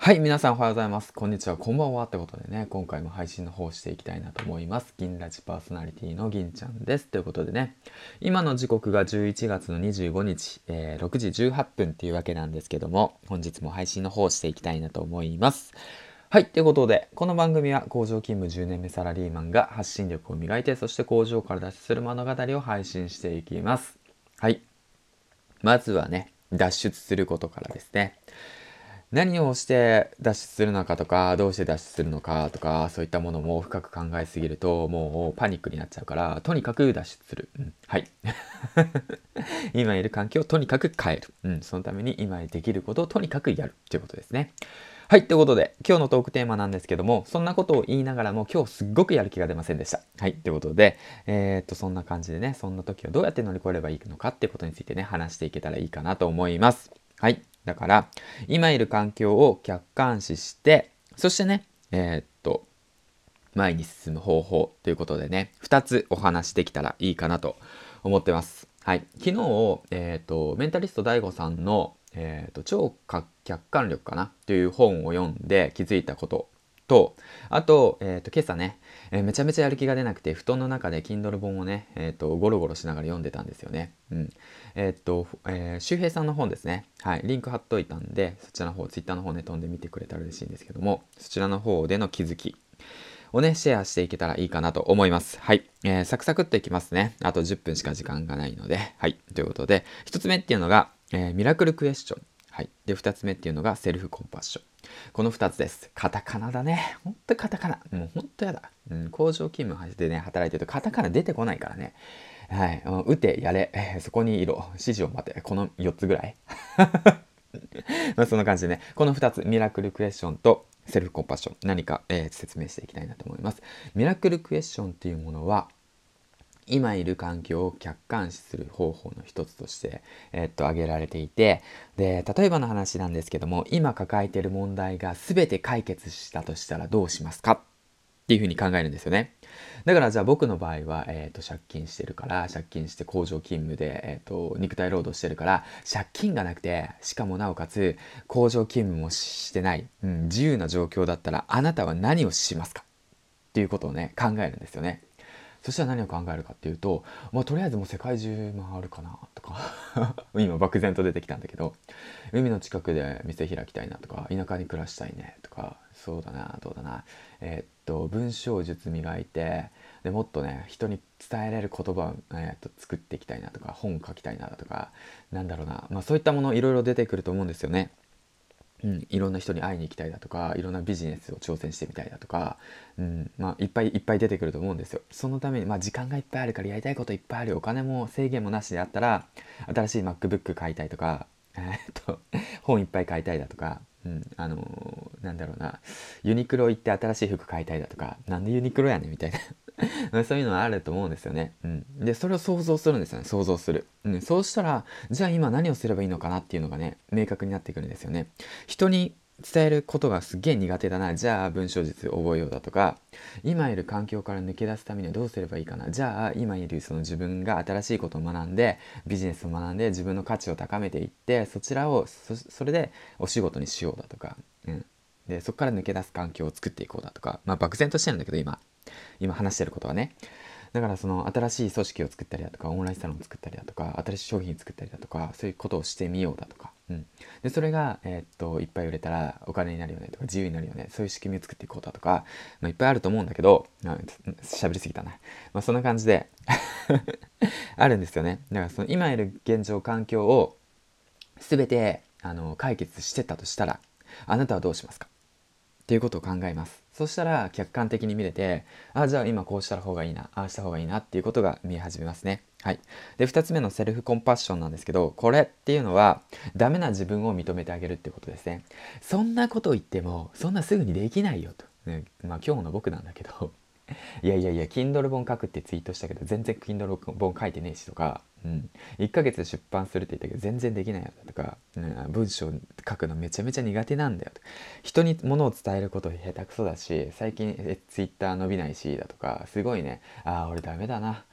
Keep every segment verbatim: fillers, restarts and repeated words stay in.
はい、皆さんおはようございます。こんにちは、こんばんはってことでね、今回も配信の方をしていきたいなと思います。銀ラジパーソナリティの銀ちゃんです。ということでね、今の時刻がじゅういちがつのにじゅうごにち、えーろくじじゅうはっぷんっていうわけなんですけども、本日も配信の方をしていきたいなと思います。はい、ということで、この番組は工場勤務じゅうねんめサラリーマンが発信力を磨いて、そして工場から脱出する物語を配信していきます。はい、まずはね、脱出することからですね。何をして脱出するのかとか、どうして脱出するのかとか、そういったものも深く考えすぎると、もうパニックになっちゃうから、とにかく脱出する。うん、はい。今いる環境をとにかく変える。うん、そのために今できることをとにかくやるということですね。はい、ということで、今日のトークテーマなんですけども、そんなことを言いながらも、今日すっごくやる気が出ませんでした。はい、ということで、えー、っと、そんな感じでね、そんな時をどうやって乗り越えればいいのかっていうことについてね、話していけたらいいかなと思います。はい。だから、今いる環境を客観視して、そしてね、えー、っと、前に進む方法ということでね、ふたつお話できたらいいかなと思ってます。はい。昨日、えっ、と、メンタリスト ダイゴ さんの、えっ、と、超客観力かなという本を読んで気づいたことと、あと、えっ、と、今朝ね、えーめちゃめちゃやる気が出なくて、布団の中で Kindle 本をね、えっ、と、ゴロゴロしながら読んでたんですよね。うん。えっ、と、えー、周平さんの本ですね。はい。リンク貼っといたんで、そちらの方、Twitter の方ね、飛んでみてくれたら嬉しいんですけども、そちらの方での気づきをね、シェアしていけたらいいかなと思います。はい。えー、サクサクっといきますね。あとじゅっぷんしか時間がないので。はい。ということで、ひとつめっていうのが、えー、ミラクルクエスチョン。はい。で、ふたつめっていうのがセルフコンパッション。このふたつです。カタカナだね。ほんとカタカナ。もうほんとやだ。うん、工場勤務でね、働いてるとカタカナ出てこないからね。はい。打て、やれ、えーそこにいろ、指示を待て。このよっつぐらい。まあそんな感じでね、このふたつ、ミラクルクエスチョンとセルフコンパッション、何か、えー説明していきたいなと思います。ミラクルクエスチョンっていうものは、今いる環境を客観視する方法の一つとして、えーっと、挙げられていて、で、例えばの話なんですけども、今抱えている問題が全て解決したとしたらどうしますかっていうふうに考えるんですよね。だからじゃあ僕の場合は、えー、と借金してるから借金して工場勤務で、えー、と肉体労働してるから借金がなくてしかもなおかつ工場勤務もしてない、うん、自由な状況だったらあなたは何をしますかっていうことをね考えるんですよね。そしたら何を考えるかっていうと、まあ、とりあえずもう世界中回るかなとか今漠然と出てきたんだけど、海の近くで店開きたいなとか、田舎に暮らしたいねとか、そうだな、どうだな、えーっと、文章術磨いて、でもっとね、人に伝えられる言葉を、えーっと作っていきたいなとか、本書きたいなとか、なんだろうな、まあそういったものいろいろ出てくると思うんですよね。うん、いろんな人に会いに行きたいだとか、いろんなビジネスを挑戦してみたいだとか、うん、まあいっぱいいっぱい出てくると思うんですよ。そのために、まあ時間がいっぱいあるからやりたいこといっぱいあるよ。お金も制限もなしであったら、新しい MacBook 買いたいとか、えーっと、本いっぱい買いたいだとか、うん、あのーなんだろうな、ユニクロ行って新しい服買いたいだとか、なんでユニクロやねんみたいなそういうのはあると思うんですよね。うん。で、それを想像するんですよね。想像する。うん。そうしたら、じゃあ今何をすればいいのかなっていうのがね、明確になってくるんですよね。人に伝えることがすっげえ苦手だな。じゃあ文章術覚えようだとか、今いる環境から抜け出すためにはどうすればいいかな。じゃあ今いるその自分が新しいことを学んで、ビジネスを学んで自分の価値を高めていって、そちらをそ、それでお仕事にしようだとか、うん。で、そこから抜け出す環境を作っていこうだとか、まあ漠然としてるんだけど今。今話してることはね。だからその新しい組織を作ったりだとか、オンラインサロンを作ったりだとか、新しい商品作ったりだとか、そういうことをしてみようだとか、うん、でそれが、えーっといっぱい売れたらお金になるよねとか、自由になるよね、そういう仕組みを作っていこうだとか、まあ、いっぱいあると思うんだけど、まあ喋りすぎたな、まあ、そんな感じであるんですよね。だからその今いる現状環境を全てあの解決してたとしたら、あなたはどうしますかっていうことを考えます。そしたら客観的に見れて、あ、じゃあ今こうした方がいいな、ああした方がいいなっていうことが見え始めますね。はい。で、二つ目のセルフコンパッションなんですけど、これっていうのは、ダメな自分を認めてあげるってことですね。そんなこと言っても、そんなすぐにできないよと。ね、まあ今日の僕なんだけど、いやいやいや、Kindle 本書くってツイートしたけど、全然 Kindle 本書いてねえしとか、うん、いっかげつで出版するって言ったけど、全然できないよとか、うん、文章書くのめちゃめちゃ苦手なんだよと。人に物を伝えること下手くそだし、最近え Twitter 伸びないし、だとか、すごいね、ああ、俺ダメだな。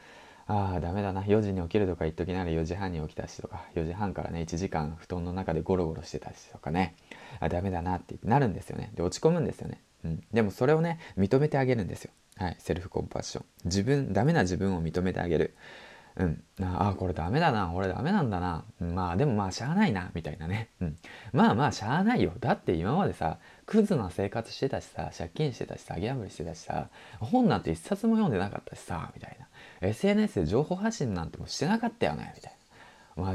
ああ、ダメだな。よじに起きるとか言っときながらよじはんに起きたしとか、よじはんからね、いちじかん布団の中でゴロゴロしてたしとかね、あ、ダメだなってなるんですよね。で、落ち込むんですよね。うん。でもそれをね、認めてあげるんですよ。はい。セルフコンパッション。自分、ダメな自分を認めてあげる。うん。ああ、これダメだな。俺ダメなんだな。うん、まあでもまあしゃあないな。みたいなね。うん。まあまあしゃあないよ。だって今までさ、クズな生活してたしさ、借金してたしさ、ギャンブルしてたしさ、本なんて一冊も読んでなかったしさ、みたいな。エスエヌエス で情報発信なんてもしてなかったよね。みたいな。まあ、うん、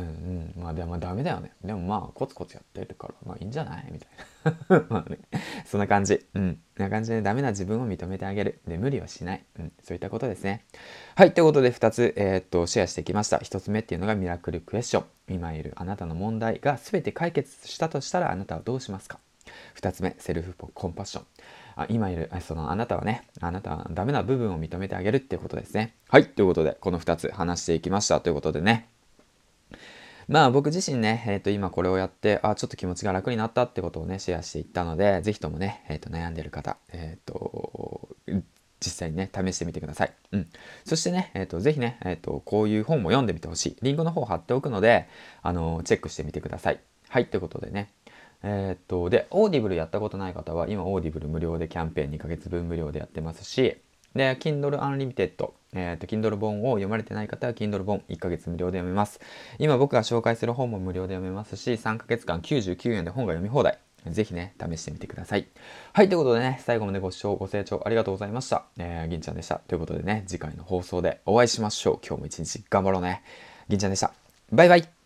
まあでもダメだよね。でもまあコツコツやってるからまあいいんじゃないみたいな。まあね、そんな感じ。うん。そんな感じでダメな自分を認めてあげる。で、無理をしない。うん。そういったことですね。はい。ということでふたつ、えーっと、シェアしてきました。ひとつめっていうのがミラクルクエスチョン。今いるあなたの問題が全て解決したとしたらあなたはどうしますか？ふたつめ、セルフコンパッション。あ今いる、そのあなたはね、あなたはダメな部分を認めてあげるっていうことですね。はい。ということで、このふたつ話していきました。ということでね。まあ僕自身ね、えっ、と今これをやって、あ、ちょっと気持ちが楽になったってことをね、シェアしていったので、ぜひともね、えっ、と悩んでる方、えっ、と、実際にね、試してみてください。うん。そしてね、えっ、と、ぜひね、えっ、と、こういう本も読んでみてほしい。リンクの方貼っておくので、あの、チェックしてみてください。はい、ということでね。えっ、と、で、オーディブルやったことない方は、今、オーディブル無料でキャンペーンにかげつぶん無料でやってますし、で、Kindle Unlimited、えっ、と、Kindle 本を読まれてない方は Kindle 本いっかげつ無料で読めます。今僕が紹介する本も無料で読めますし、さんかげつかんきゅうじゅうきゅうえんで本が読み放題。ぜひね、試してみてください。はい、ということでね、最後までご視聴、ご清聴ありがとうございました。えー、銀ちゃんでした。ということでね、次回の放送でお会いしましょう。今日も一日頑張ろうね。銀ちゃんでした。バイバイ。